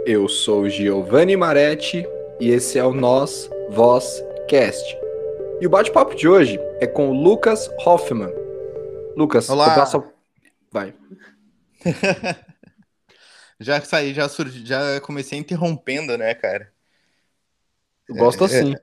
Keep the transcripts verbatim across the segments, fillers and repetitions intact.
Eu sou Giovanni Maretti e esse é o Nós Voz Cast. E o bate-papo de hoje é com o Lucas Hoffman. Lucas, vou dar Olá! só... Vai. Já saí, já surgi, já comecei interrompendo, né, cara? Eu gosto É, assim. é,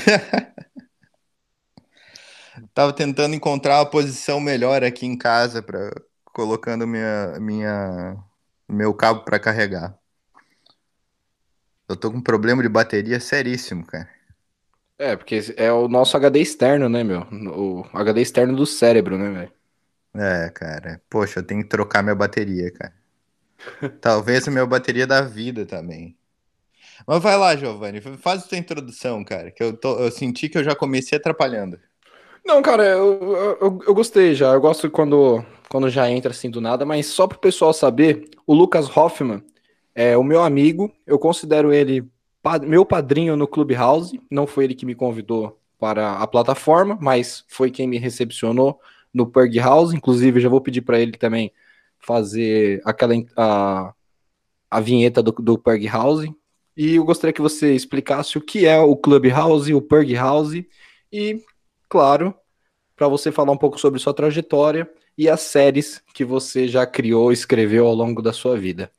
tava tentando encontrar uma posição melhor aqui em casa para colocando minha, minha, meu cabo para carregar. Eu tô com um problema de bateria seríssimo, cara. É, porque é o nosso H D externo, né, meu? O H D externo do cérebro, né, velho? É, cara. Poxa, eu tenho que trocar minha bateria, cara. Talvez a minha bateria da vida também. Mas vai lá, Giovanni, faz a tua introdução, cara, que eu, tô, eu senti que eu já comecei atrapalhando. Não, cara, eu, eu, eu gostei já. Eu gosto quando, quando já entra assim do nada, mas só pro pessoal saber, o Lucas Hoffman é o meu amigo. Eu considero ele pa- meu padrinho no Clubhouse. Não foi ele que me convidou para a plataforma, mas foi quem me recepcionou no Purg House. Inclusive, já vou pedir para ele também fazer aquela in- a, a vinheta do, do Purg House. E eu gostaria que você explicasse o que é o Clubhouse, o Purg House e, claro, para você falar um pouco sobre sua trajetória e as séries que você já criou, escreveu ao longo da sua vida.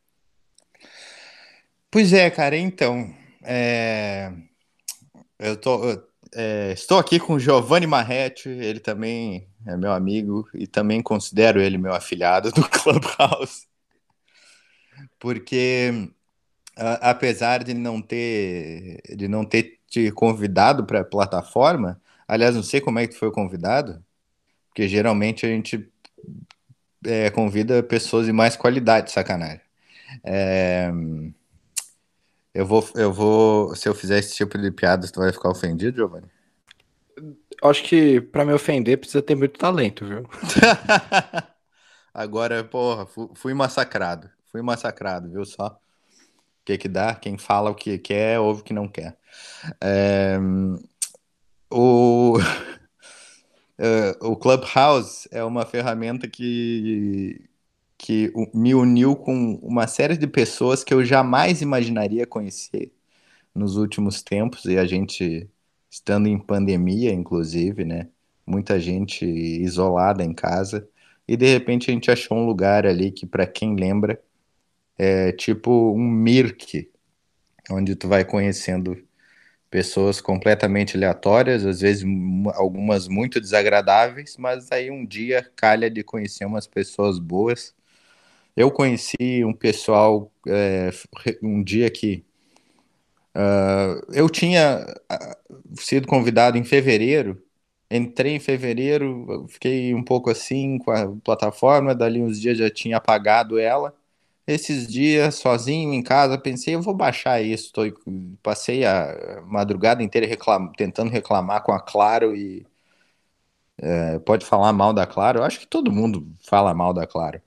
Pois é, cara, então. é, Eu tô, eu, é, estou aqui com o Giovanni Marretti, ele também é meu amigo e também considero ele meu afilhado do Clubhouse, porque a- apesar de não ter de não ter te convidado para a plataforma, aliás, não sei como é que tu foi convidado, porque geralmente a gente é, convida pessoas de mais qualidade, sacanagem. É, eu vou, eu vou, se eu fizer esse tipo de piada, tu vai ficar ofendido, Giovanni? Acho que para me ofender precisa ter muito talento, viu? Agora, porra, fu- fui massacrado. Fui massacrado, viu só? O que que dá? Quem fala o que quer, ouve o que não quer. É, o, é, o Clubhouse é uma ferramenta que, que u- me uniu com uma série de pessoas que eu jamais imaginaria conhecer nos últimos tempos, e a gente estando em pandemia, inclusive, né? Muita gente isolada em casa. E de repente a gente achou um lugar ali que, para quem lembra, é tipo um Mirk, onde tu vai conhecendo pessoas completamente aleatórias, às vezes mu- algumas muito desagradáveis, mas aí um dia calha de conhecer umas pessoas boas. Eu conheci um pessoal é, um dia que eu tinha ah, sido convidado em fevereiro, entrei em fevereiro, fiquei um pouco assim com a plataforma, dali uns dias já tinha apagado ela. Esses dias, sozinho em casa, pensei, eu vou baixar isso. Tô, passei a madrugada inteira reclam, tentando reclamar com a Claro e é, pode falar mal da Claro. Eu acho que todo mundo fala mal da Claro.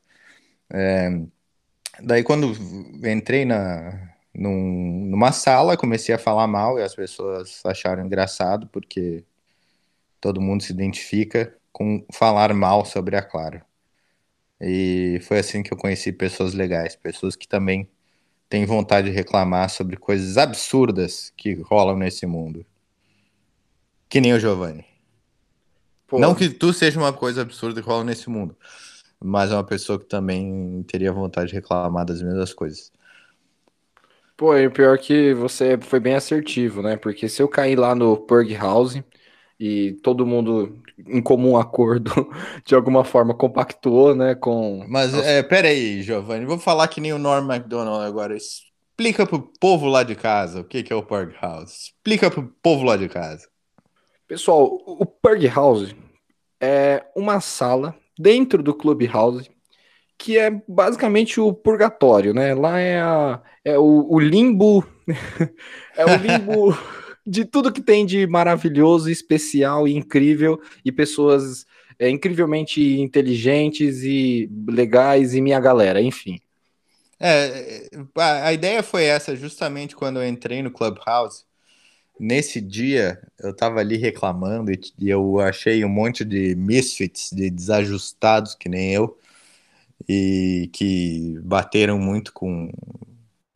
Daí, quando entrei na, num- numa sala, comecei a falar mal e as pessoas acharam engraçado, porque todo mundo se identifica com falar mal sobre a Claro. E foi assim que eu conheci pessoas legais, pessoas que também têm vontade de reclamar sobre coisas absurdas que rolam nesse mundo. Que nem o Giovanni. Não Pô, que tu seja uma coisa absurda que rola nesse mundo, mas é uma pessoa que também teria vontade de reclamar das mesmas coisas. pô, e o pior é que você foi bem assertivo, né? Porque se eu cair lá no Purg House e todo mundo em comum acordo de alguma forma compactuou, né, com Mas, as- é, pera aí, Giovanni, vou falar que nem o Norm Macdonald agora. Explica pro povo lá de casa o que que é o Purge House. Explica pro povo lá de casa. Pessoal, o Purg House é uma sala dentro do Clubhouse que é basicamente o purgatório, né? Lá é, a, é o, o limbo, é o limbo de tudo que tem de maravilhoso, especial e incrível, e pessoas é, incrivelmente inteligentes e legais, e minha galera, enfim. É, a, a ideia foi essa, justamente quando eu entrei no Clubhouse. Nesse dia, eu tava ali reclamando e, e eu achei um monte de misfits, de desajustados que nem eu, e que bateram muito com,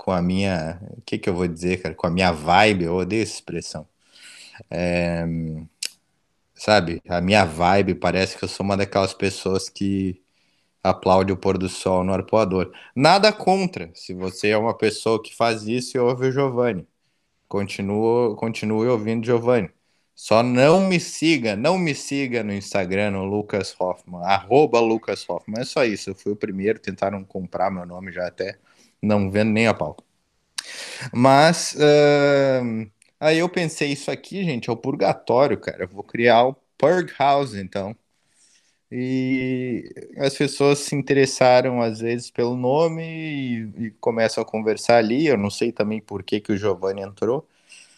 com a minha, o que que eu vou dizer, cara, com a minha vibe, eu odeio essa expressão. É, sabe, a minha vibe parece que eu sou uma daquelas pessoas que aplaude o pôr do sol no arpoador. Nada contra, se você é uma pessoa que faz isso e ouve o Giovanni. Continuo, continue ouvindo Giovanni. Só não me siga, não me siga no Instagram, no Lucas Hoffman, arroba Lucas Hoffman. É só isso, eu fui o primeiro, tentaram comprar meu nome já até, não vendo nem a pau. Mas ahn, aí eu pensei, isso aqui, gente, é o purgatório, cara. Eu vou criar o Purg House, então. E as pessoas se interessaram às vezes pelo nome e, e começam a conversar ali. Eu não sei também por que que o Giovanni entrou.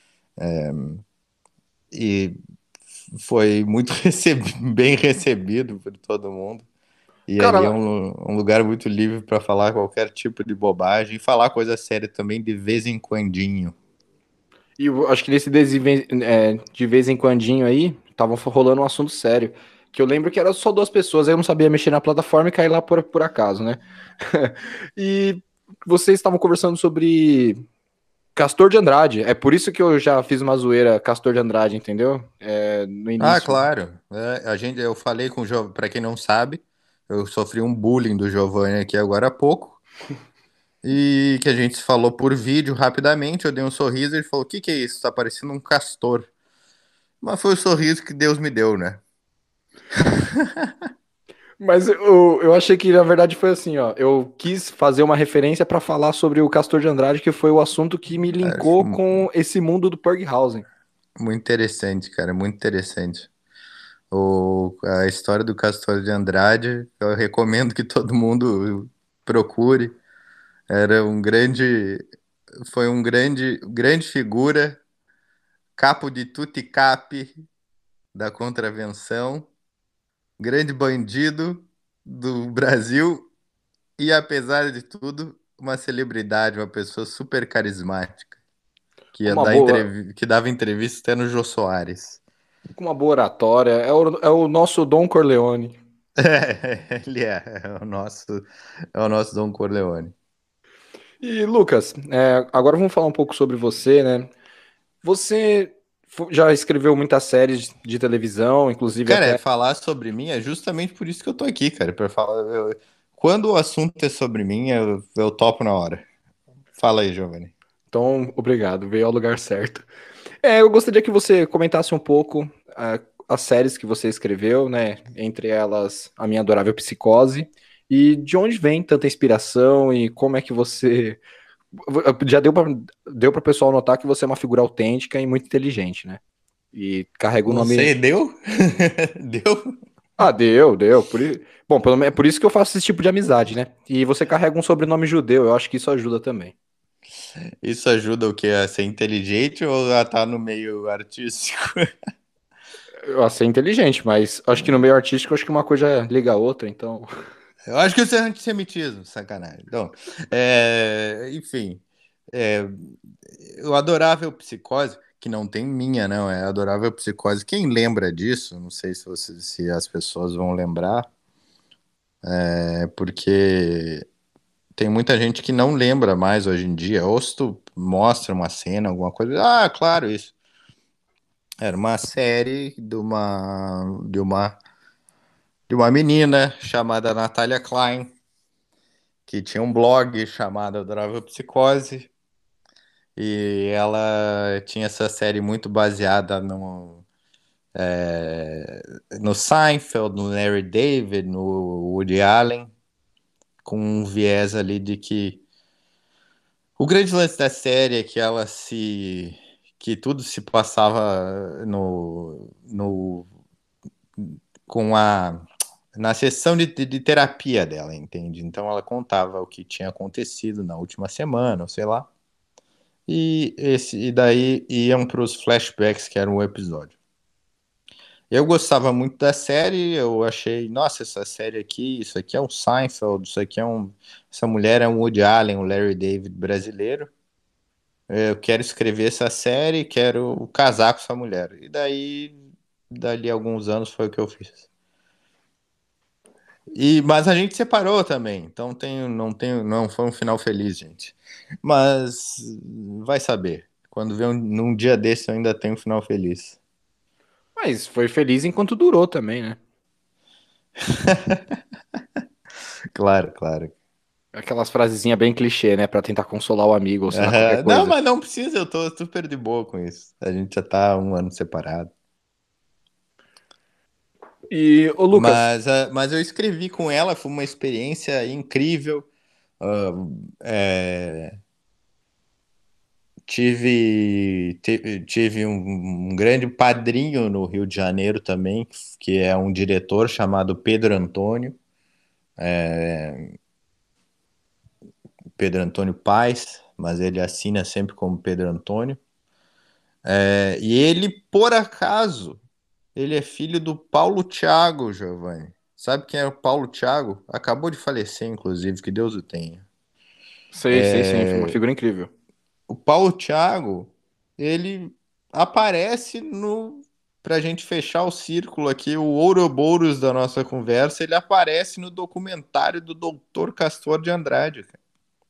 E foi muito recebi- bem recebido por todo mundo. E ali é Cara, um, um lugar muito livre para falar qualquer tipo de bobagem e falar coisa séria também de vez em quandinho. e eu acho que nesse desiven- é, de vez em quandinho aí, tava rolando um assunto sério. Que eu lembro que era só duas pessoas, aí eu não sabia mexer na plataforma e caí lá por, por acaso, né? E vocês estavam conversando sobre Castor de Andrade. É por isso que eu já fiz uma zoeira Castor de Andrade, entendeu? É, no Ah, início. claro. É, a gente, eu falei com o Giovanni, para quem não sabe, eu sofri um bullying do Giovanni aqui agora há pouco. E que a gente se falou por vídeo rapidamente. Eu dei um sorriso e ele falou: O que que é isso? Tá parecendo um castor. Mas foi o sorriso que Deus me deu, né? Mas eu, eu achei que na verdade foi assim, ó. Eu quis fazer uma referência pra falar sobre o Castor de Andrade, que foi o assunto que me Acho linkou com esse mundo do Purghausen. muito interessante, cara, muito interessante. O, a história do Castor de Andrade, eu recomendo que todo mundo procure. Era um grande, foi um grande, grande figura, capo de tutti-capi da contravenção, grande bandido do Brasil e, apesar de tudo, uma celebridade, uma pessoa super carismática, que ia Com uma dar boa, entrev que dava entrevista até no Jô Soares. com uma boa oratória. É o, é o nosso Dom Corleone. É, ele é, é o nosso, é o nosso Dom Corleone. E Lucas, é, agora vamos falar um pouco sobre você, né? Você fo- já escreveu muitas séries de televisão, inclusive Cara, é, até. falar sobre mim é justamente por isso que eu tô aqui, cara, para falar. eu- Quando o assunto é sobre mim, eu, eu topo na hora. Fala aí, Giovanni. Então, obrigado, veio ao lugar certo. É, eu gostaria que você comentasse um pouco ah, as séries que você escreveu, né? Entre elas, A Minha Adorável Psicose. E de onde vem tanta inspiração e como é que você. Já deu para deu para o pessoal notar que você é uma figura autêntica e muito inteligente, né? E carrega o Não nome. sei, deu? Deu? Ah, deu, deu. Por... i- Bom, pelo menos é por isso que eu faço esse tipo de amizade, né? E você carrega um sobrenome judeu, eu acho que isso ajuda também. Isso ajuda o quê? A ser inteligente ou a estar no meio artístico? Eu a ser inteligente, mas acho que no meio artístico, acho que uma coisa liga a outra, então. Eu acho que isso é antissemitismo, sacanagem. Então, é, enfim, é, o Adorável Psicose, que não tem minha, não, é Adorável Psicose. Quem lembra disso? Não sei se, você, se as pessoas vão lembrar, é porque tem muita gente que não lembra mais hoje em dia. Ou se tu mostra uma cena, alguma coisa, ah, claro, isso. Era uma série de uma, de uma, de uma menina chamada Natália Klein, que tinha um blog chamado Adorável Psicose, e ela tinha essa série muito baseada no, é, no Seinfeld, no Larry David, no Woody Allen, com um viés ali de que o grande lance da série é que ela se que tudo se passava no, no com a na sessão de, de, de terapia dela, entende? Então ela contava o que tinha acontecido na última semana, ou sei lá. E, esse, e daí iam para os flashbacks, que era um episódio. Eu gostava muito da série, eu achei, nossa, essa série aqui, isso aqui é um Seinfeld, isso aqui é um. Essa mulher é um Woody Allen, um Larry David brasileiro. Eu quero escrever essa série, quero casar com essa mulher. E daí, dali a alguns anos, foi o que eu fiz. E, mas a gente separou também, então tem, não, tem, não foi um final feliz, gente. Mas vai saber. Quando vê um, num dia desse eu ainda tenho um final feliz. Mas foi feliz enquanto durou também, né? Claro, claro. Aquelas frasezinhas bem clichê, né? Pra tentar consolar o amigo ou sei lá, qualquer Aham. Não, coisa. mas não precisa, eu tô super de boa com isso. A gente já tá um ano separado. E, ô Lucas, Mas, ah, mas eu escrevi com ela, foi uma experiência incrível. Ah, é, tive, te- tive um, um grande padrinho no Rio de Janeiro também, que é um diretor chamado Pedro Antônio, Pedro Antônio Paes, mas ele assina sempre como Pedro Antônio. É, e ele, por acaso, ele é filho do Paulo Thiago, Giovanni. Sabe quem é o Paulo Thiago? Acabou de falecer, inclusive, que Deus o tenha. sei, sei sim, foi uma figura incrível. O Paulo Thiago, ele aparece no. Pra gente fechar o círculo aqui, o Ouroboros da nossa conversa, ele aparece no documentário do doutor Castor de Andrade, cara.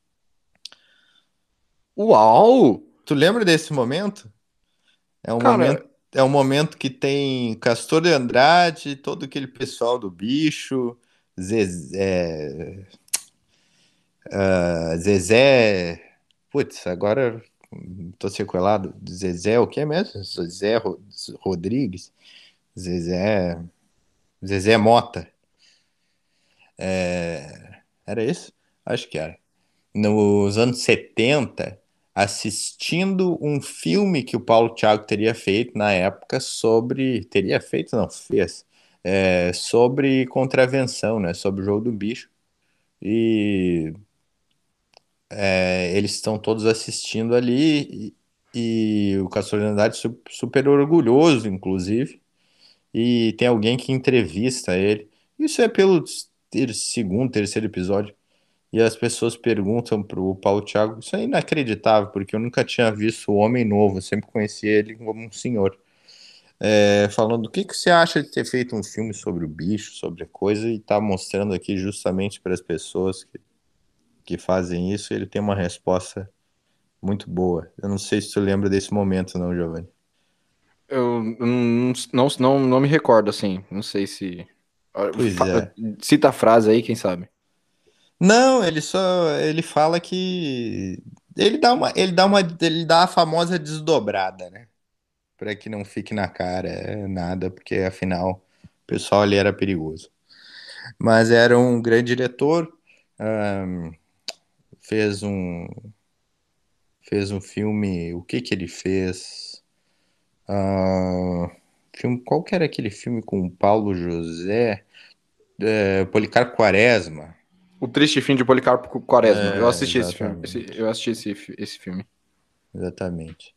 Uau! Tu lembra desse momento? É um Cara, momento, é um momento que tem Castor de Andrade, todo aquele pessoal do bicho, Zezé, ah, Zezé. Putz, agora tô sequelado. Zezé, o que é mesmo? Zezé Ro- Rodrigues? Zezé. Zezé Mota. Era isso? Acho que era. Nos anos setenta, assistindo um filme que o Paulo Thiago teria feito na época sobre. Teria feito, não, fez. É, sobre contravenção, né? Sobre o jogo do bicho. E é, eles estão todos assistindo ali. E, e o Castor de Andrade su- super orgulhoso, inclusive. E tem alguém que entrevista ele. Isso é pelo ter- segundo, terceiro episódio. E as pessoas perguntam pro Paulo Thiago, isso é inacreditável, porque eu nunca tinha visto o Homem Novo, eu sempre conheci ele como um senhor. É, falando, o que que você acha de ter feito um filme sobre o bicho, sobre a coisa, e tá mostrando aqui justamente para as pessoas que, que fazem isso, ele tem uma resposta muito boa. Eu não sei se tu lembra desse momento, não, Giovanni. eu não, não, não, não me recordo assim. Não sei se. Pois Fa- é. Cita a frase aí, quem sabe? Não, ele só ele fala que ele dá uma ele dá uma ele dá a famosa desdobrada, né? Para que não fique na cara é, nada, porque afinal o pessoal ali era perigoso. Mas era um grande diretor, ahn, fez um fez um filme, o que que ele fez? Ah, filme, qual que era aquele filme com o Paulo José? É, Policarpo Quaresma. O Triste Fim de Policarpo Quaresma. Eu É, assisti esse filme. Esse- exatamente, eu assisti esse, fi- esse filme. exatamente.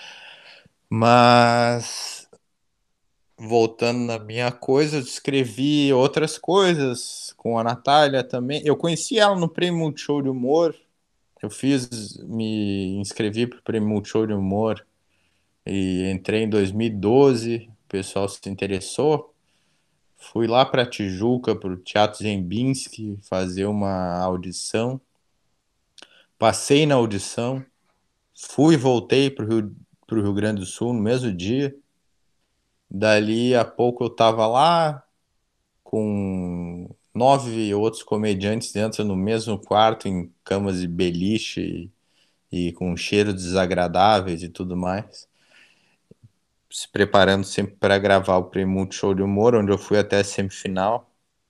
Mas voltando na minha coisa, eu escrevi outras coisas com a Natália também. Eu conheci ela no Prêmio Multishow de Humor. Eu fiz, me inscrevi para o Prêmio Multishow de Humor e entrei em dois mil e doze. O pessoal se interessou. Fui lá para Tijuca, para o Teatro Zembinski, fazer uma audição. Passei na audição. Fui e voltei para o Rio, pro Rio Grande do Sul no mesmo dia. Dali a pouco eu estava lá, com nove outros comediantes dentro no mesmo quarto, em camas de beliche e, e com cheiros desagradáveis e tudo mais, se preparando sempre para gravar o Prêmio Multishow de Humor, onde eu fui até a semifinal.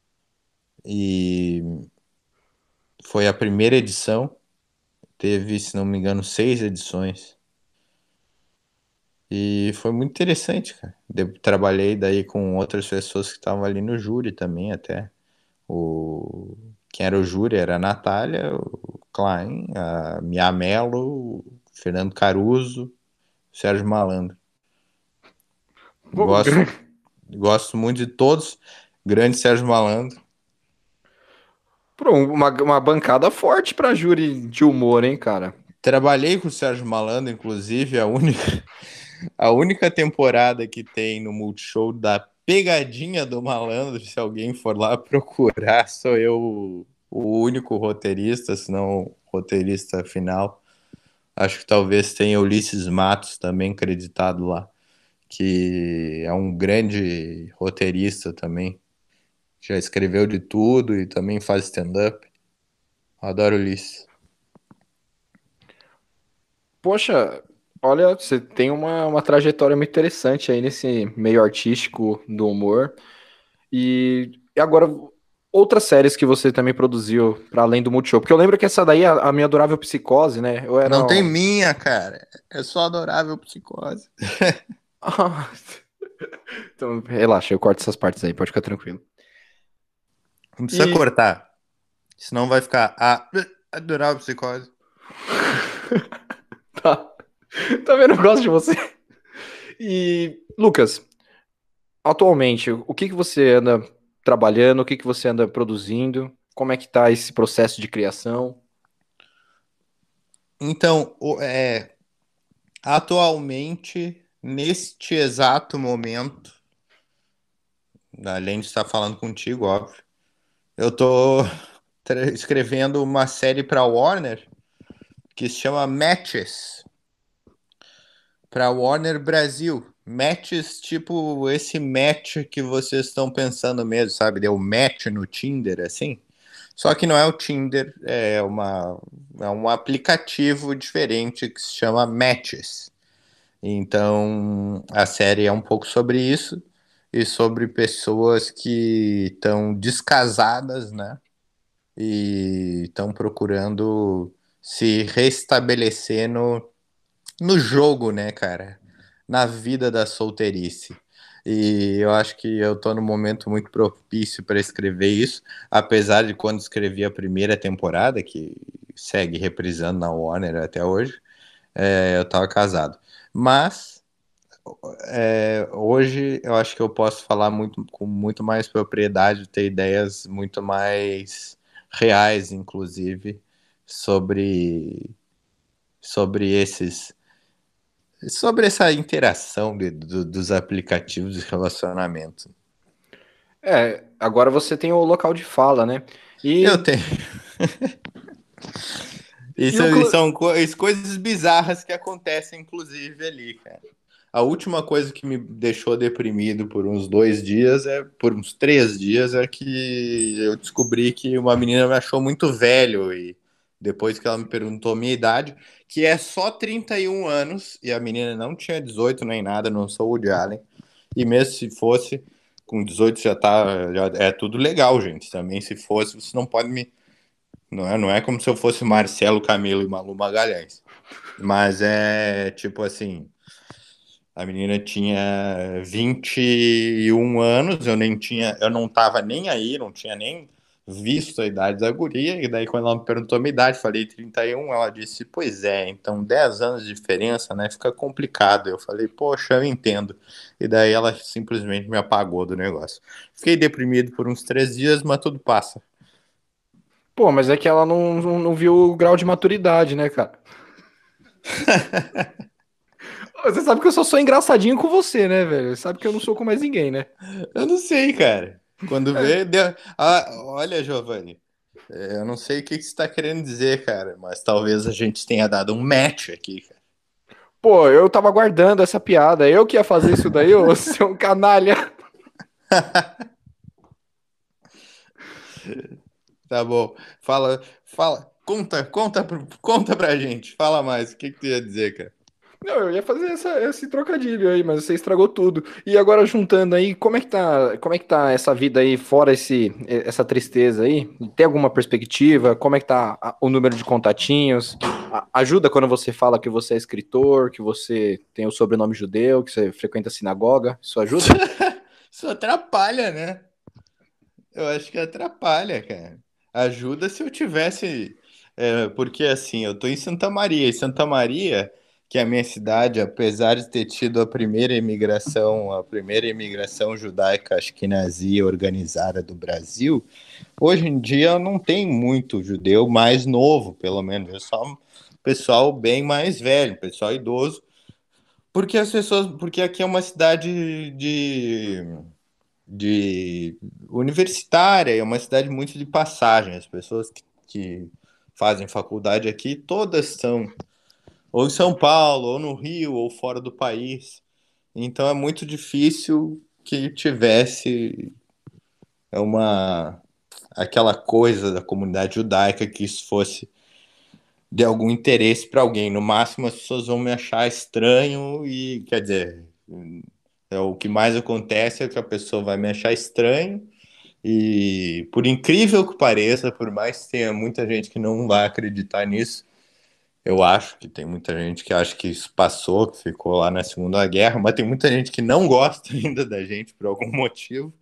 E foi a primeira edição, teve, se não me engano, seis edições. E foi muito interessante, cara. De- Trabalhei daí com outras pessoas que estavam ali no júri também, até. O... Quem era o júri era a Natália, o Klein, a Mia Mello, o Fernando Caruso, o Sérgio Malandro. Pô, Gosto, gosto muito de todos. Grande Sérgio Malandro. pô, uma, uma bancada forte pra júri de humor, hein, cara? Trabalhei com o Sérgio Malandro, inclusive, a única, a única temporada que tem no Multishow da pegadinha do malandro, se alguém for lá procurar, sou eu o único roteirista, se não o roteirista final. Acho que talvez tenha Ulisses Matos também creditado lá, que é um grande roteirista também. Já escreveu de tudo e também faz stand-up. Adoro Ulisses. Poxa, olha, você tem uma, uma trajetória muito interessante aí nesse meio artístico do humor. E, e agora, outras séries que você também produziu para além do Multishow. Porque eu lembro que essa daí, a, a Minha Adorável Psicose, né? Eu era. Não tem um- minha, cara. É só adorável psicose. Ah, então, relaxa, eu corto essas partes aí, pode ficar tranquilo. Não precisa E. cortar, senão vai ficar a adorável psicose. Tá, tá vendo? Eu gosto de você. E, Lucas, atualmente, o que que você anda trabalhando? O que que você anda produzindo? Como é que tá esse processo de criação? Então, o- é, atualmente, neste exato momento, além de estar falando contigo, óbvio, eu tô tra- escrevendo uma série para Warner que se chama Matches, para Warner Brasil. Matches, tipo esse match que vocês estão pensando mesmo, sabe? Deu match no Tinder, assim. Só que não é o Tinder, é, uma, é um aplicativo diferente que se chama Matches. Então, a série é um pouco sobre isso e sobre pessoas que estão descasadas, né? E estão procurando se restabelecer no, no jogo, né, cara? Na vida da solteirice. E eu acho que eu tô num momento muito propício para escrever isso, apesar de quando escrevi a primeira temporada, que segue reprisando na Warner até hoje, é, eu tava casado. Mas é, hoje eu acho que eu posso falar muito, com muito mais propriedade, ter ideias muito mais reais, inclusive, sobre, sobre esses sobre essa interação de- do- dos aplicativos de relacionamento. É, agora você tem o local de fala, né? Eu E, tenho. e Isso, o. isso clu- são co- isso coisas bizarras que acontecem, inclusive, ali, cara. A última coisa que me deixou deprimido por uns dois dias, é por uns três dias, é que eu descobri que uma menina me achou muito velho e depois que ela me perguntou a minha idade, que é só trinta e um anos, e a menina não tinha dezoito nem nada, não sou o Woody Allen. E mesmo se fosse, com dezoito já tá, já é tudo legal, gente. Também se fosse, você não pode me, não é, não é como se eu fosse Marcelo Camelo e Malu Magalhães. Mas é tipo assim, a menina tinha vinte e um anos, eu nem tinha, eu não tava nem aí, não tinha nem visto a idade da guria, e daí quando ela me perguntou a minha idade, falei trinta e um, ela disse, pois é, então dez anos de diferença, né, fica complicado. Eu falei, poxa, eu entendo. E daí ela simplesmente me apagou do negócio. Fiquei deprimido por uns três dias, mas tudo passa. Pô, mas é que ela não, não, não viu o grau de maturidade, né, cara? Você sabe que eu só sou engraçadinho com você, né, velho? Você sabe que eu não sou com mais ninguém, né? Eu não sei, cara. Quando É. vê, deu... ah, olha, Giovanni, é, eu não sei o que que você está querendo dizer, cara, mas talvez a gente tenha dado um match aqui, cara. Pô, eu tava guardando essa piada. Eu que ia fazer isso daí, ô seu canalha. Tá bom. Fala, fala, conta, conta, pro- conta pra gente. Fala mais. O que que tu ia dizer, cara? Não, eu ia fazer essa- esse trocadilho aí, mas você estragou tudo. E agora juntando aí, como é que tá, como é que tá essa vida aí, fora esse, essa tristeza aí? Tem alguma perspectiva? Como é que tá a- o número de contatinhos? A- ajuda quando você fala que você é escritor, que você tem o sobrenome judeu, que você frequenta a sinagoga? Isso ajuda? Isso atrapalha, né? Eu acho que atrapalha, cara. Ajuda se eu tivesse. É, porque assim, eu tô em Santa Maria. E Santa Maria, que é a minha cidade, apesar de ter tido a primeira imigração, a primeira imigração judaica ashkenazi organizada do Brasil, hoje em dia não tem muito judeu mais novo, pelo menos. É só um pessoal bem mais velho, pessoal idoso. Porque as pessoas. Porque aqui é uma cidade de de universitária, é uma cidade muito de passagem. As pessoas que, que fazem faculdade aqui, todas são ou em São Paulo, ou no Rio, ou fora do país. Então é muito difícil que tivesse uma aquela coisa da comunidade judaica que isso fosse de algum interesse para alguém. No máximo as pessoas vão me achar estranho e, quer dizer, é o que mais acontece é que a pessoa vai me achar estranho e, por incrível que pareça, por mais que tenha muita gente que não vai acreditar nisso, eu acho que tem muita gente que acha que isso passou, que ficou lá na Segunda Guerra, mas tem muita gente que não gosta ainda da gente por algum motivo.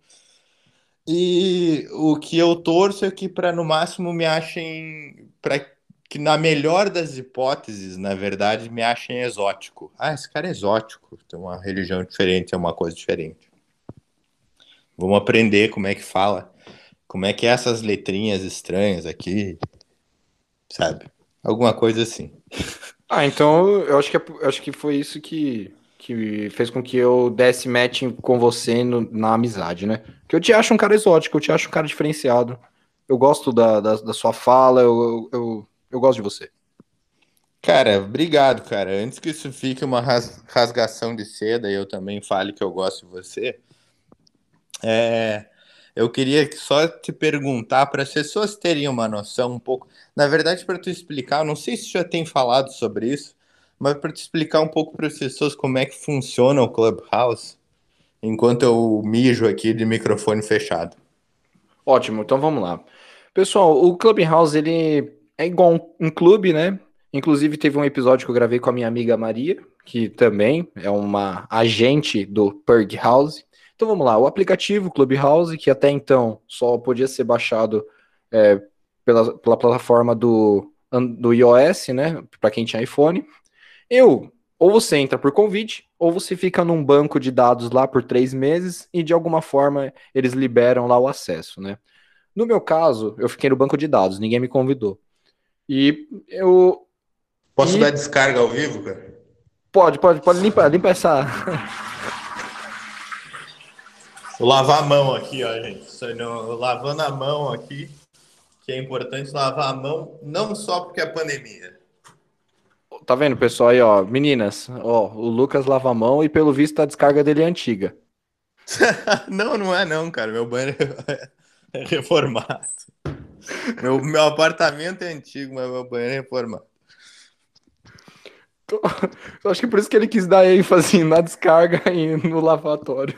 E o que eu torço é que, para no máximo, me achem. Para que, na melhor das hipóteses, na verdade, me achem exótico. Ah, esse cara é exótico, tem uma religião diferente, é uma coisa diferente. Vamos aprender como é que fala, como é que é essas letrinhas estranhas aqui, sabe? Alguma coisa assim. Ah, então eu acho que, é- eu acho que foi isso que, que fez com que eu desse match com você no- na amizade, né? Que eu te acho um cara exótico, eu te acho um cara diferenciado. Eu gosto da, da, da sua fala, eu, eu, eu, eu gosto de você. Cara, obrigado, cara. Antes que isso fique uma ras- rasgação de seda e eu também fale que eu gosto de você, é, eu queria só te perguntar para as pessoas terem uma noção um pouco. Na verdade, para tu explicar, eu não sei se já tem falado sobre isso, mas para te explicar um pouco para as pessoas como é que funciona o Clubhouse, enquanto eu mijo aqui de microfone fechado. Ótimo, então vamos lá. Pessoal, o Clubhouse, ele é igual um, um clube, né? Inclusive, teve um episódio que eu gravei com a minha amiga Maria, que também é uma agente do Purg House. Então vamos lá, o aplicativo Clubhouse, que até então só podia ser baixado é, pela, pela plataforma do, do iOS, né? Para quem tinha iPhone. Eu, ou você entra por convite, ou você fica num banco de dados lá por três meses e de alguma forma eles liberam lá o acesso, né? No meu caso, eu fiquei no banco de dados, ninguém me convidou. E eu. Posso dar E descarga ao vivo, cara? pode, pode, pode limpar, limpa essa. Vou lavar a mão aqui, ó, gente. Só não- lavando a mão aqui, que é importante lavar a mão, não só porque é pandemia. Tá vendo, pessoal aí, ó? Meninas, ó, o Lucas lava a mão e pelo visto a descarga dele é antiga. Não, não é não, cara. Meu banheiro é reformado. Meu, meu apartamento é antigo, mas meu banheiro é reformado. Então, eu acho que por isso que ele quis dar ênfase na descarga e no lavatório.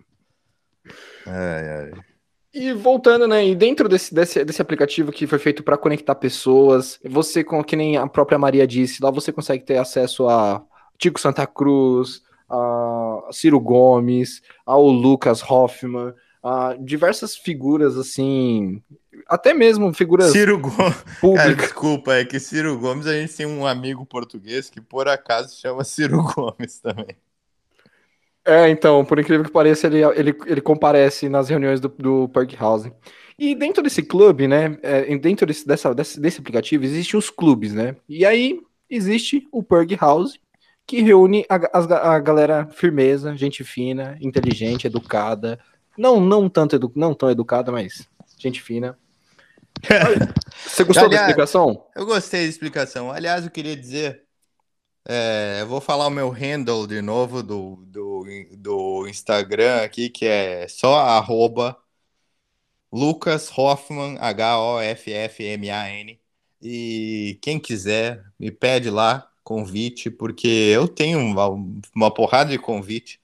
Ai, ai. E voltando, né? E dentro desse, desse, desse aplicativo que foi feito para conectar pessoas, você, com que nem a própria Maria disse, lá você consegue ter acesso a Tico Santa Cruz, a Ciro Gomes, ao Lucas Hoffman, a diversas figuras assim, até mesmo figuras Ciro Gomes. Cara, públicas. desculpa, é que Ciro Gomes a gente tem um amigo português que por acaso chama Ciro Gomes também. É, então, por incrível que pareça, ele, ele, ele comparece nas reuniões do, do Park House. E dentro desse clube, né, é, dentro desse, dessa, desse, desse aplicativo, existem os clubes, né? E aí existe o Purg House, que reúne a, as- a galera firmeza, gente fina, inteligente, educada. Não, não tanto edu, não tão educada, mas gente fina. Ah, você gostou da Aliás, explicação? eu gostei da explicação. Aliás, eu queria dizer, é, eu vou falar o meu handle de novo do, do, do Instagram aqui, que é só arroba Lucas Hoffman, H O F F M A N. E quem quiser, me pede lá convite, porque eu tenho uma, uma porrada de convite.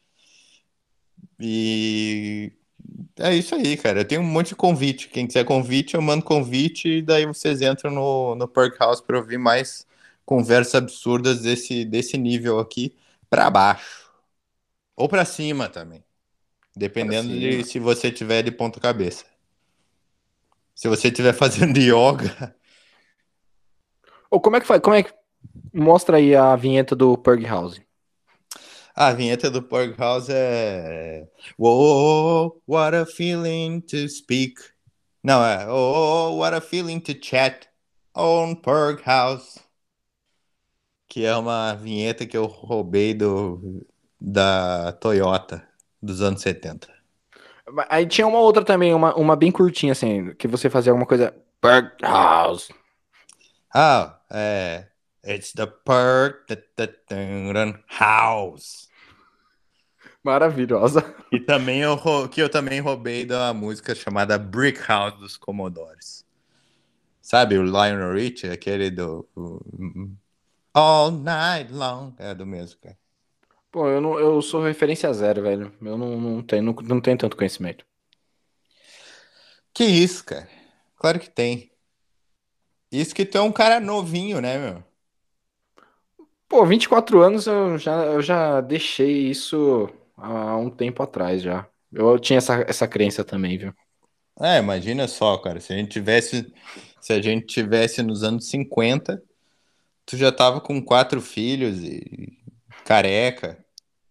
E é isso aí, cara. Eu tenho um monte de convite. Quem quiser convite, eu mando convite e daí vocês entram no, no Perk House para ouvir mais conversas absurdas desse, desse nível aqui para baixo. Ou para cima também. Pra Dependendo de cima. se você tiver de ponta cabeça. Se você estiver fazendo yoga. Ou como é que faz? Como é que mostra aí a vinheta do Purg House? A vinheta do Pork House é. Whoa, what a feeling to speak. Não, é. Oh, what a feeling to chat on Pork House. Que é uma vinheta que eu roubei do, da Toyota dos anos setenta. Aí tinha uma outra também, uma, uma bem curtinha, assim, que você fazia alguma coisa. Birdhouse. Ah, é. It's the perk that that that house. Maravilhosa. E também eu, rou- que eu também roubei da música chamada Brick House dos Commodores. Sabe o Lionel Richie, aquele do o- All Night Long, é do mesmo, cara. Pô, eu, não, eu sou referência zero, velho. Eu não, não tenho, não, não tenho tanto conhecimento. Que isso, cara? Claro que tem. Isso que tu é um cara novinho, né, meu? Pô, vinte e quatro anos eu já, eu já deixei isso há um tempo atrás já. Eu tinha essa, essa crença também, viu? É, imagina só, cara, se a gente tivesse, se a gente tivesse nos anos cinquenta, tu já tava com quatro filhos e careca,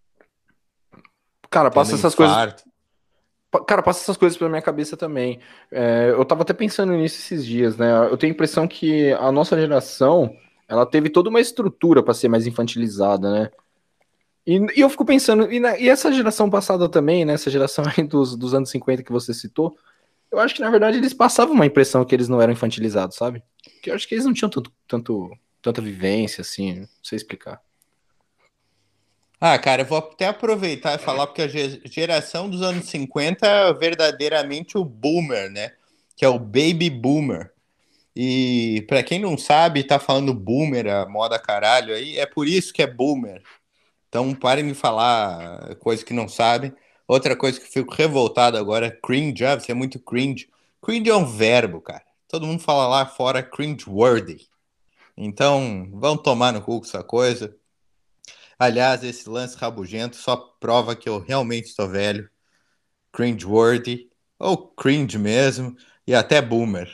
Cara, tendo passa essas coisas. infarto. pa- Cara, passa essas coisas pela minha cabeça também. É, eu tava até pensando nisso esses dias, né? Eu tenho a impressão que a nossa geração, ela teve toda uma estrutura para ser mais infantilizada, né? E, e eu fico pensando, e, na- e essa geração passada também, né? Essa geração aí dos, dos anos cinquenta que você citou, eu acho que na verdade eles passavam uma impressão que eles não eram infantilizados, sabe? Que eu acho que eles não tinham tanto, tanto, tanta vivência, assim, não sei explicar. Ah, cara, eu vou até aproveitar e falar porque a ge- geração dos anos cinquenta é verdadeiramente o boomer, né? Que é o baby boomer. E pra quem não sabe, tá falando boomer, a moda caralho aí, é por isso que é boomer. Então parem de falar coisa que não sabem. Outra coisa que eu fico revoltado agora é cringe. Ah, você é muito cringe. Cringe é um verbo, cara. Todo mundo fala lá fora cringe-worthy. Então, vão tomar no cu com essa coisa. Aliás, esse lance rabugento só prova que eu realmente estou velho. Cringe-worthy. Ou cringe mesmo. E até boomer.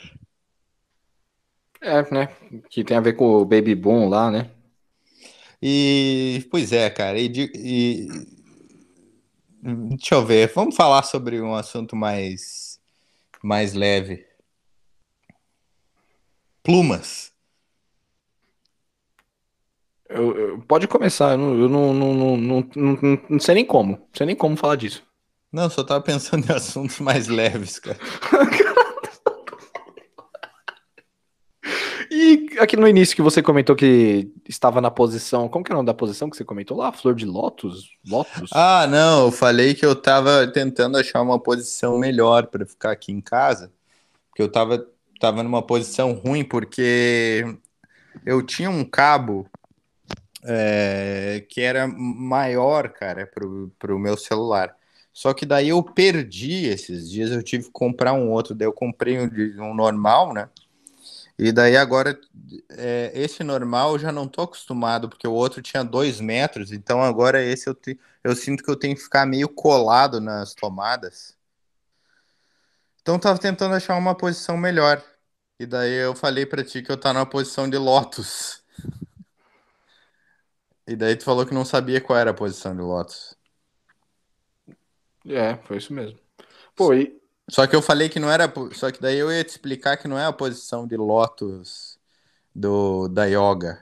É, né? Que tem a ver com o Baby Boom lá, né? E, pois é, cara. E, de- e- deixa eu ver. Vamos falar sobre um assunto mais, mais leve. Plumas. Eu, eu- pode começar, eu não, eu não, não, não, não, não, não sei nem como. Não sei nem como falar disso. Não, só tava pensando em assuntos mais leves, cara. E aqui no início que você comentou que estava na posição. Como que é o nome da posição que você comentou lá? Flor de Lótus? Lótus? Ah, não, eu falei que eu tava tentando achar uma posição melhor para ficar aqui em casa, porque eu tava, tava numa posição ruim, porque eu tinha um cabo é, que era maior, cara, pro, pro meu celular. Só que daí eu perdi esses dias, eu tive que comprar um outro, daí eu comprei um, de- um normal, né? E daí agora, é, esse normal eu já não tô acostumado, porque o outro tinha dois metros, então agora esse eu, te- eu sinto que eu tenho que ficar meio colado nas tomadas. Então eu tava tentando achar uma posição melhor. E daí eu falei pra ti que eu tava na posição de Lotus. E daí tu falou que não sabia qual era a posição de Lotus. É, foi isso mesmo. Pô, e. Só que eu falei que não era. po- Só que daí eu ia te explicar que não é a posição de Lotus do da yoga.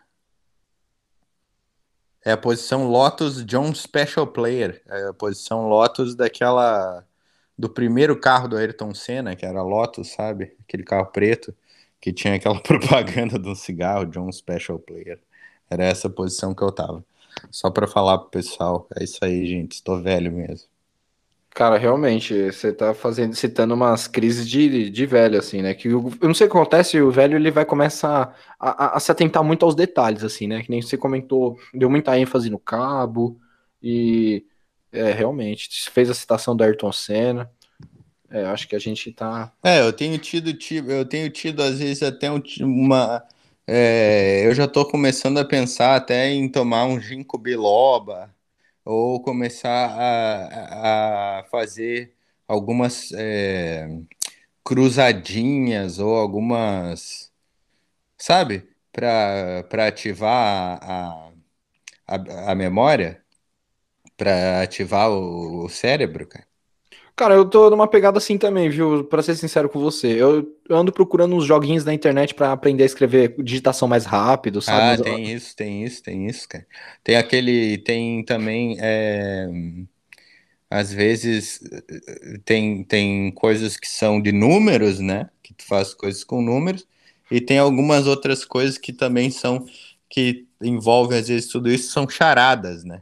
É a posição Lotus John Special Player. É a posição Lotus daquela. Do primeiro carro do Ayrton Senna, que era Lotus, sabe? Aquele carro preto, que tinha aquela propaganda de um cigarro, John Special Player. Era essa posição que eu tava. Só pra falar pro pessoal. É isso aí, gente. Estou velho mesmo. Cara, realmente, você tá fazendo, citando umas crises de, de velho, assim, né? Que o- eu não sei o que acontece, o velho ele vai começar a, a- a se atentar muito aos detalhes, assim, né? Que nem você comentou, deu muita ênfase no cabo, e é, realmente, fez a citação do Ayrton Senna. É, acho que a gente tá. É, eu tenho tido, ti- eu tenho tido às vezes até um ti- uma. É, eu já tô começando a pensar até em tomar um ginkgo biloba ou começar a, a fazer algumas é, cruzadinhas ou algumas, sabe, para para ativar a, a, a memória, para ativar o, o cérebro, cara. Cara, eu tô numa pegada assim também, viu? Pra ser sincero com você. Eu, eu ando procurando uns joguinhos na internet pra aprender a escrever digitação mais rápido, sabe? Ah, Uns- tem isso, tem isso, tem isso, cara. Tem aquele, tem também. é, Às vezes tem, tem coisas que são de números, né? Que tu faz coisas com números, e tem algumas outras coisas que também são, que envolvem, às vezes, tudo isso, são charadas, né?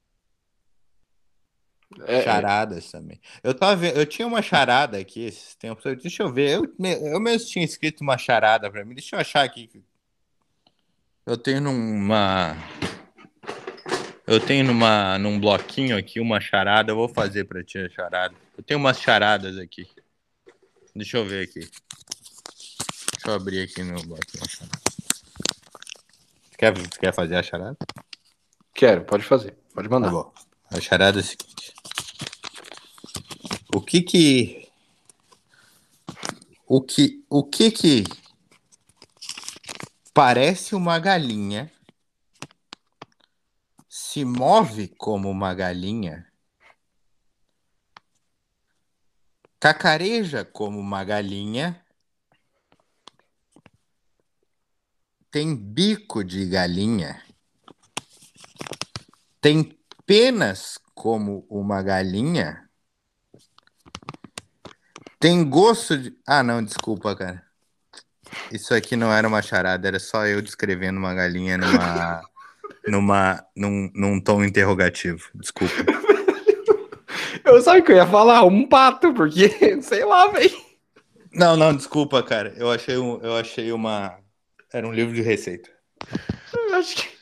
É, é, Charadas também. Eu tava vendo, eu tinha uma charada aqui esses tempos. Deixa eu ver. Eu, eu mesmo tinha escrito uma charada pra mim. Deixa eu achar aqui. Eu tenho numa. Eu tenho numa, num bloquinho aqui uma charada. Eu vou fazer pra ti a charada. Eu tenho umas charadas aqui. Deixa eu ver aqui. Deixa eu abrir aqui no bloquinho. Tu quer, tu quer fazer a charada? quero, pode fazer, pode Tá mandar. bom. A charada é a seguinte: O que que. O que, o que que parece uma galinha, se move como uma galinha, cacareja como uma galinha, tem bico de galinha, tem penas como uma galinha, tem gosto de. Ah, não, desculpa, cara. Isso aqui não era uma charada, era só eu descrevendo uma galinha numa. numa num, num tom interrogativo. Desculpa. Eu sabia que eu ia falar um pato, porque, sei lá, velho. Não, não, desculpa, cara. Eu achei, um, eu achei uma. Era um livro de receita. Acho que.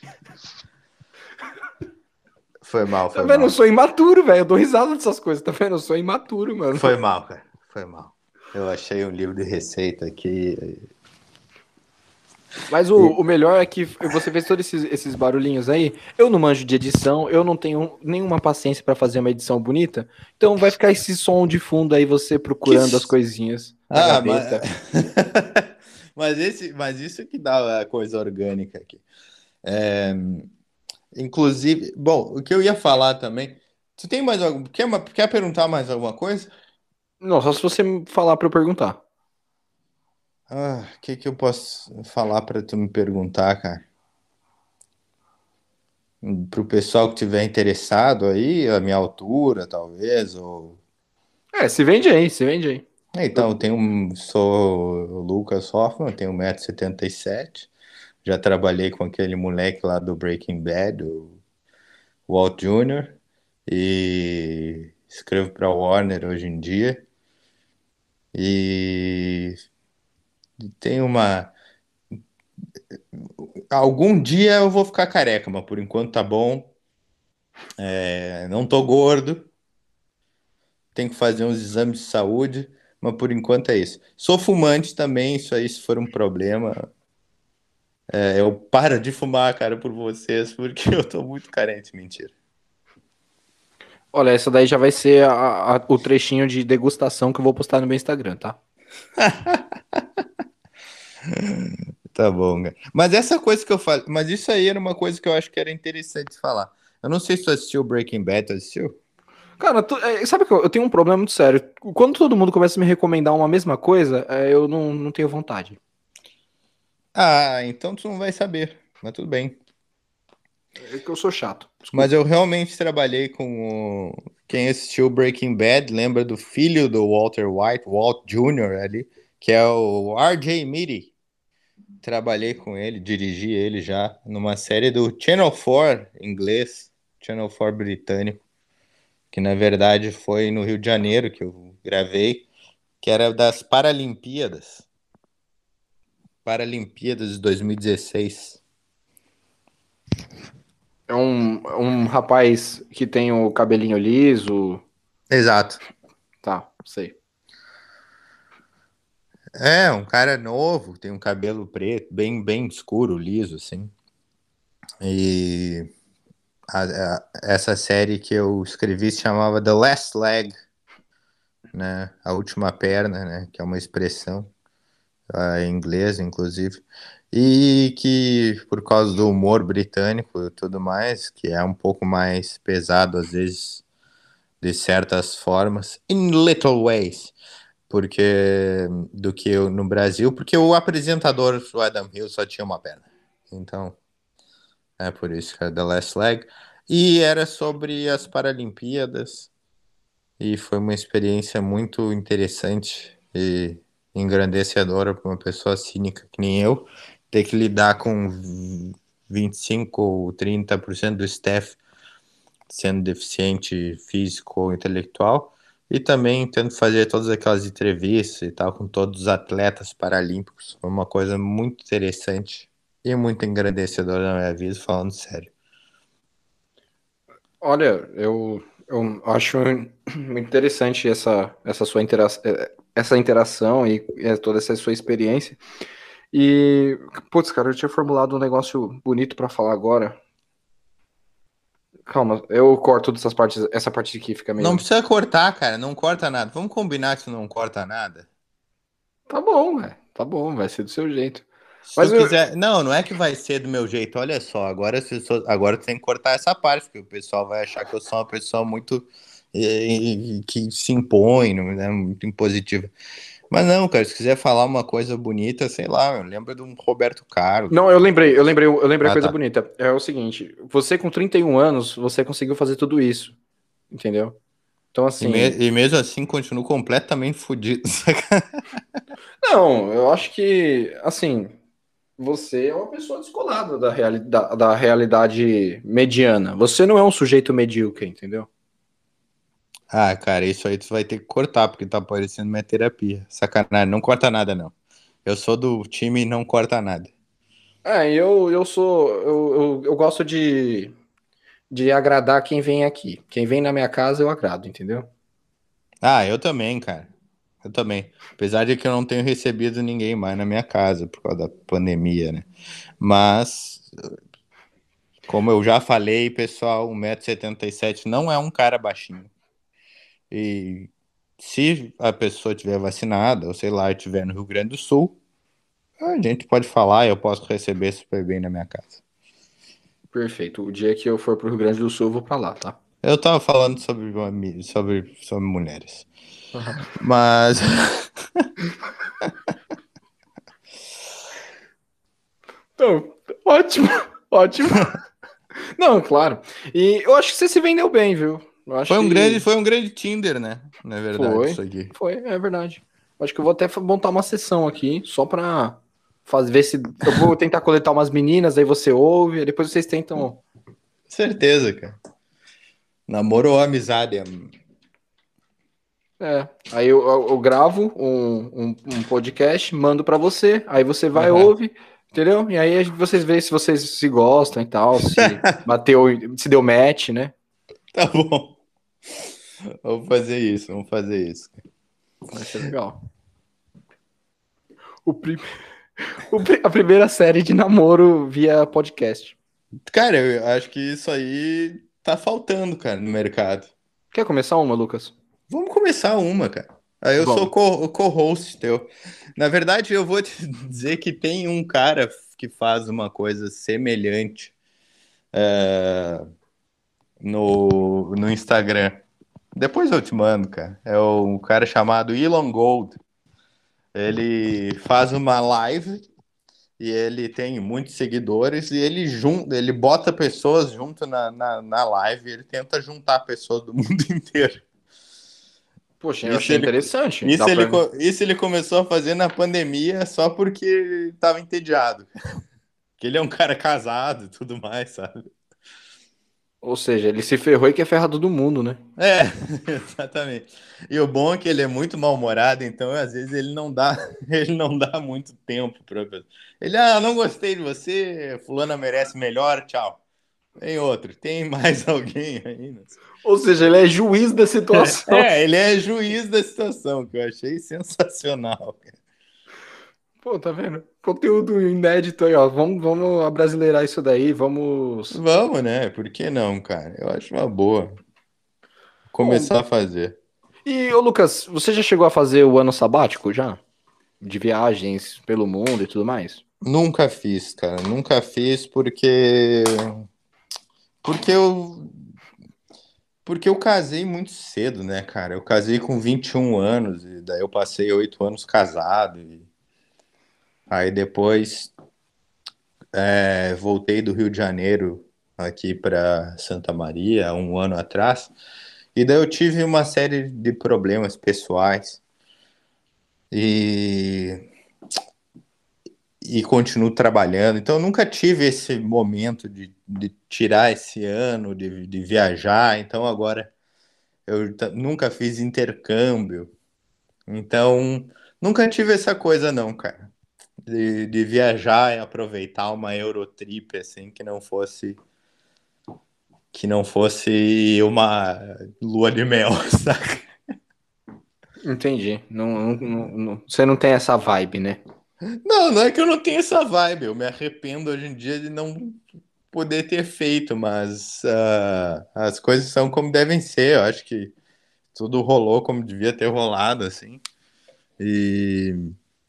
Foi mal, Tá foi vendo? Eu mal. sou imaturo, velho. Eu dou risada dessas coisas, tá vendo? Eu sou imaturo, mano. Foi mal, cara. Foi mal. Eu achei um livro de receita aqui. Mas o, E- o melhor é que você fez todos esses, esses barulhinhos aí. Eu não manjo de edição, eu não tenho nenhuma paciência pra fazer uma edição bonita. Então vai ficar esse som de fundo aí, você Que... procurando as coisinhas na Ah, mas... gaveta. mas, esse, mas isso que dá a coisa orgânica aqui. É, inclusive, bom, o que eu ia falar também. Tu tem mais algum. Quer, uma- quer perguntar mais alguma coisa? Não, só se você me falar pra eu perguntar. Ah, o que que eu posso falar para tu me perguntar, cara? Para o pessoal que tiver interessado aí, a minha altura, talvez, ou... É, se vende aí, se vende aí. Então, eu Eu- tenho um, sou o Lucas Hoffman, tenho um metro e setenta e sete. Já trabalhei com aquele moleque lá do Breaking Bad, o Walt Júnior, e escrevo para Warner hoje em dia. E tenho uma. Algum dia eu vou ficar careca, mas por enquanto tá bom. É, não tô gordo, tenho que fazer uns exames de saúde, mas por enquanto é isso. Sou fumante também, isso aí, se for um problema, é, eu paro de fumar, cara, por vocês, porque eu tô muito carente, mentira. Olha, essa daí já vai ser a- a- o trechinho de degustação que eu vou postar no meu Instagram, tá? Tá bom, cara. Mas essa coisa que eu falei, mas isso aí era uma coisa que eu acho que era interessante falar. Eu não sei se tu assistiu Breaking Bad, tu assistiu? Cara, tu- é, sabe que eu, eu tenho um problema muito sério. Quando todo mundo começa a me recomendar uma mesma coisa, é, eu não, não tenho vontade. Ah, então tu não vai saber, mas tudo bem. É que eu sou chato, Mas desculpa. eu realmente trabalhei com o... Quem assistiu Breaking Bad lembra do filho do Walter White, Walt Júnior ali, que é o R J. Meaty. Trabalhei com ele, dirigi ele já numa série do Channel quatro inglês, Channel quatro britânico, que na verdade foi no Rio de Janeiro que eu gravei, que era das Paralimpíadas, Paralimpíadas de dois mil e dezesseis. É um, um rapaz que tem o cabelinho liso. Exato. Tá, sei. É, um cara novo, tem um cabelo preto, bem, bem escuro, liso, assim. E a- a- essa série que eu escrevi se chamava The Last Leg, né? A última perna, né? Que é uma expressão ah, em inglês, inclusive. E que, por causa do humor britânico e tudo mais, que é um pouco mais pesado às vezes, de certas formas, in little ways, porque do que eu, no Brasil, porque o apresentador, o Adam Hill, só tinha uma perna. Então, é por isso que é The Last Leg. E era sobre as Paralimpíadas. e foi uma experiência muito interessante e engrandecedora para uma pessoa cínica que nem eu, ter que lidar com vinte e cinco ou trinta por cento do staff sendo deficiente físico ou intelectual, e também tendo que fazer todas aquelas entrevistas e tal com todos os atletas paralímpicos. Foi uma coisa muito interessante e muito engrandecedora na minha vida, falando sério. Olha, eu, eu acho muito interessante essa, essa sua intera essa interação e é, toda essa sua experiência. E, putz, cara, eu tinha formulado um negócio bonito pra falar agora. Calma, eu corto todas essas partes, essa parte aqui fica Não meio. precisa cortar, cara, não corta nada. Vamos combinar que isso não corta nada? Tá bom, velho. Tá bom, vai ser do seu jeito. Se tu Mas eu. quiser. Não, não é que vai ser do meu jeito. Olha só, agora, as pessoas... agora tu tem que cortar essa parte, porque o pessoal vai achar que eu sou uma pessoa muito. eh, que se impõe, não é muito impositiva. Mas não, cara, se quiser falar uma coisa bonita, sei lá, lembra de um Roberto Carlos, Não, eu alguma lembrei, coisa eu assim. lembrei, eu lembrei a Ah, coisa tá. bonita. É o seguinte, você com trinta e um anos, você conseguiu fazer tudo isso, entendeu? Então, E, me- assim, e mesmo assim continuo completamente fodido. não, eu acho que, assim, você é uma pessoa descolada da, reali da, da realidade mediana. Você não é um sujeito medíocre, entendeu? Ah, cara, isso aí tu vai ter que cortar, porque tá parecendo minha terapia. Sacanagem, não corta nada, não. Eu sou do time não corta nada. É, eu, eu sou, eu, eu, eu gosto de, de agradar quem vem aqui. Quem vem na minha casa, eu agrado, entendeu? Ah, eu também, cara. Eu também. Apesar de que eu não tenho recebido ninguém mais na minha casa por causa da pandemia, né? Mas, como eu já falei, pessoal, um metro e setenta e sete não é um cara baixinho. E se a pessoa tiver vacinada, ou sei lá, estiver no Rio Grande do Sul, a gente pode falar e eu posso receber super bem na minha casa. Perfeito. O dia que eu for pro Rio Grande do Sul, eu vou pra lá, tá? Eu tava falando sobre, sobre, sobre mulheres. Aham. Mas, Então, ótimo, ótimo. Não, claro. E eu acho que você se vendeu bem, viu? Eu acho foi um grande, que foi um grande Tinder, né? Na verdade, foi, isso aqui. foi, é verdade. Eu acho que eu vou até fa- montar uma sessão aqui, só pra fazer, ver se. Eu vou tentar coletar umas meninas, aí você ouve, aí depois vocês tentam. Certeza, cara. Namoro ou amizade? é- É. Aí eu, eu- eu gravo um, um, um podcast, mando pra você, aí você vai, Aham. ouve, entendeu? E aí a gente- vocês veem se vocês se gostam e tal, se bateu, se deu match, né? Tá bom. Vamos fazer isso, vamos fazer isso. Vai ser legal. O prim- o pri- a primeira série de namoro via podcast. Cara, eu acho que isso aí tá faltando, cara, no mercado. Quer começar uma, Lucas? Vamos começar uma, cara. Aí eu sou Vamos. co- o co-host teu. Na verdade, eu vou te dizer que tem um cara que faz uma coisa semelhante é, no, no Instagram. Depois eu te mando, cara. É um cara chamado Elon Gold. Ele faz uma live e ele tem muitos seguidores e ele junta, ele bota pessoas junto na, na, na live e ele tenta juntar pessoas do mundo inteiro. Poxa, eu Isso achei ele, interessante. isso Dá ele, pra... co- isso ele começou a fazer na pandemia só porque ele estava entediado. Que ele é um cara casado e tudo mais, sabe? Ou seja, ele se ferrou e quer ferrar todo mundo, né? É, exatamente. E o bom é que ele é muito mal-humorado, então às vezes ele não dá, ele não dá muito tempo para ele, ah, não gostei de você, fulana merece melhor, tchau. Tem outro, tem mais alguém aí, né? Ou seja, ele é juiz da situação. É, ele é juiz da situação, que eu achei sensacional. Pô, tá vendo? Conteúdo inédito aí, ó. Vamos, vamos abrasileirar isso daí, vamos. Vamos, né? Por que não, cara? Eu acho uma boa Bom, começar a fazer. e ô Lucas, você já chegou a fazer o ano sabático já? De viagens pelo mundo e tudo mais? Nunca fiz, cara. Nunca fiz porque porque eu porque eu casei muito cedo, né, cara? Eu casei com vinte e um anos e daí eu passei oito anos casado e aí depois é, voltei do Rio de Janeiro aqui para Santa Maria um ano atrás E daí eu tive uma série de problemas pessoais e, e continuo trabalhando. Então eu nunca tive esse momento de, de tirar esse ano, de, de viajar. Então agora eu t- nunca fiz intercâmbio. Então nunca tive essa coisa não, cara. De, de viajar e aproveitar uma Eurotrip assim que não fosse que não fosse uma lua de mel, saca? Entendi. Não, não- não- não- você não tem essa vibe, né? Não, não é que eu não tenho essa vibe. Eu me arrependo hoje em dia de não poder ter feito, mas ah, as coisas são como devem ser. Eu acho que tudo rolou como devia ter rolado, assim. E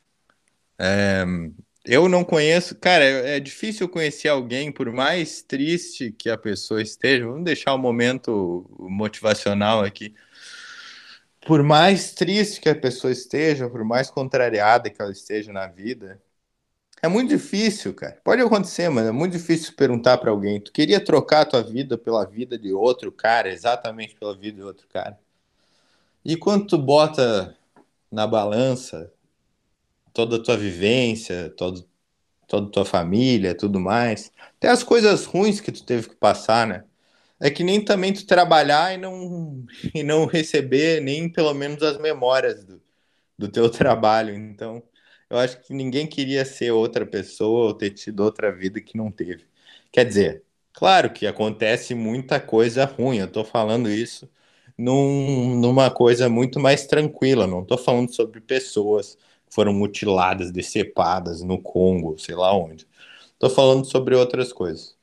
eu não conheço, cara, é é difícil conhecer alguém, por mais triste que a pessoa esteja. Vamos deixar o momento motivacional aqui. Por mais triste que a pessoa esteja, por mais contrariada que ela esteja na vida, é muito difícil, cara. Pode acontecer, mas é muito difícil perguntar pra alguém: tu queria trocar a tua vida pela vida de outro cara, exatamente pela vida de outro cara? E quando tu bota na balança toda a tua vivência, todo, toda a tua família, tudo mais, até as coisas ruins que tu teve que passar, né? É que nem também tu trabalhar e não, e não receber nem pelo menos as memórias do, do teu trabalho. Então, eu acho que ninguém queria ser outra pessoa ou ter tido outra vida que não teve. Quer dizer, claro que acontece muita coisa ruim, eu tô falando isso num, numa coisa muito mais tranquila, não tô falando sobre pessoas que foram mutiladas, decepadas no Congo, sei lá onde. Tô falando sobre outras coisas.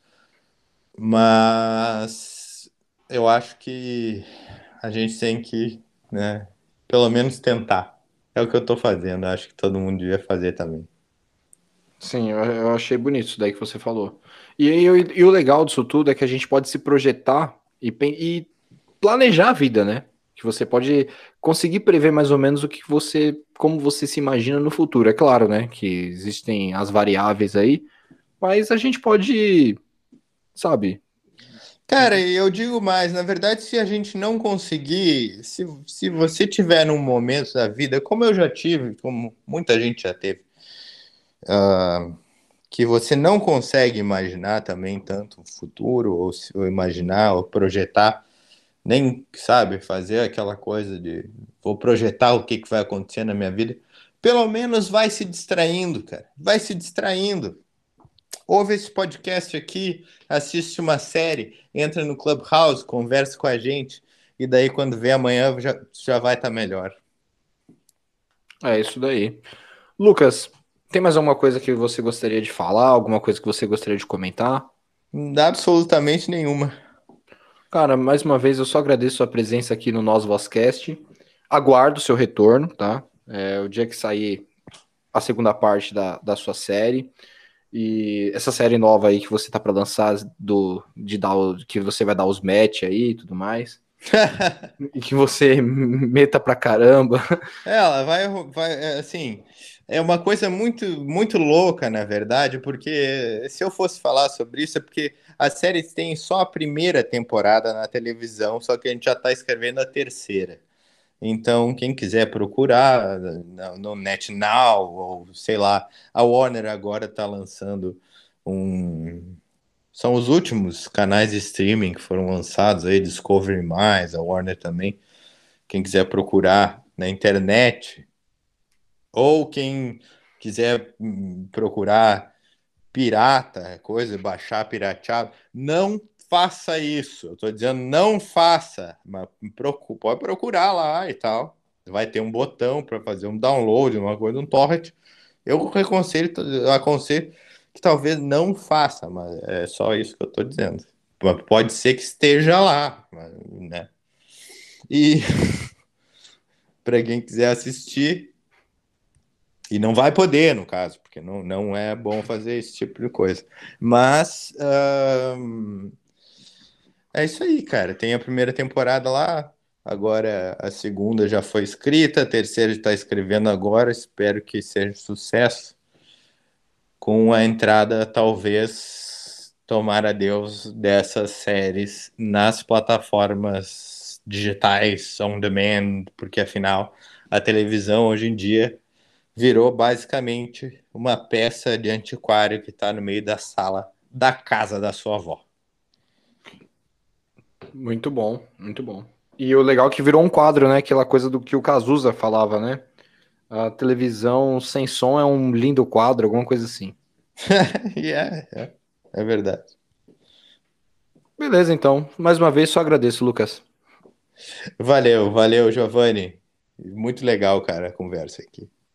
Mas eu acho que a gente tem que, né, pelo menos tentar. É o que eu tô fazendo, acho que todo mundo devia fazer também. Sim, eu, eu achei bonito isso daí que você falou. E, aí eu- e o legal disso tudo é que a gente pode se projetar e, pen- e planejar a vida, né? Que você pode conseguir prever mais ou menos o que você, como você se imagina no futuro. É claro, né? Que existem as variáveis aí, mas a gente pode, sabe? Cara, e eu digo mais, na verdade, se a gente não conseguir, se, se você tiver num momento da vida, como eu já tive, como muita gente já teve, que você não consegue imaginar também tanto o futuro, ou, se- ou imaginar, ou projetar, nem, sabe, fazer aquela coisa de vou projetar o que, que vai acontecer na minha vida, pelo menos vai se distraindo, cara. Vai se distraindo. Ouve esse podcast aqui, assiste uma série, entra no Clubhouse, conversa com a gente, e daí quando vê amanhã já, já vai estar melhor. É isso daí. Lucas, tem mais alguma coisa que você gostaria de falar? Alguma coisa que você gostaria de comentar? Não dá absolutamente nenhuma. Cara, mais uma vez eu só agradeço sua presença aqui no nosso Vozcast. Aguardo o seu retorno, tá? É, o dia que sair a segunda parte da, da sua série. E essa série nova aí que você tá para lançar do de dar o, que você vai dar os match aí e tudo mais. E que você meta pra caramba. Ela vai, vai, é, assim, é uma coisa muito, muito louca, na verdade, porque se eu fosse falar sobre isso, é porque a série tem só a primeira temporada na televisão, só que a gente já está escrevendo a terceira. Então, quem quiser procurar no, no NetNow, ou sei lá, a Warner agora está lançando um. São os últimos canais de streaming que foram lançados aí, Discovery mais, a Warner também. Quem quiser procurar na internet, ou quem quiser hum, procurar pirata, coisa, baixar pirateado, não faça isso. Eu tô dizendo não faça, mas procu- pode procurar lá e tal. Vai ter um botão para fazer um download, uma coisa, um torrent. Eu aconselho, eu aconselho que talvez não faça, mas é só isso que eu tô dizendo. Pode ser que esteja lá, mas, né? E para quem quiser assistir, e não vai poder, no caso, porque não, não é bom fazer esse tipo de coisa. Mas ahn, é isso aí, cara. Tem a primeira temporada lá, agora a segunda já foi escrita, a terceira está escrevendo agora. Espero que seja um sucesso. Com a entrada, talvez, tomara Deus, dessas séries nas plataformas digitais, on demand, porque afinal a televisão hoje em dia virou basicamente uma peça de antiquário que está no meio da sala da casa da sua avó. Muito bom, muito bom. E o legal é que virou um quadro, né? Aquela coisa do que o Cazuza falava, né? A televisão sem som é um lindo quadro, alguma coisa assim. E é, é, é verdade. Beleza, então. Mais uma vez, só agradeço, Lucas. Valeu, valeu, Giovanni. Muito legal, cara, a conversa aqui.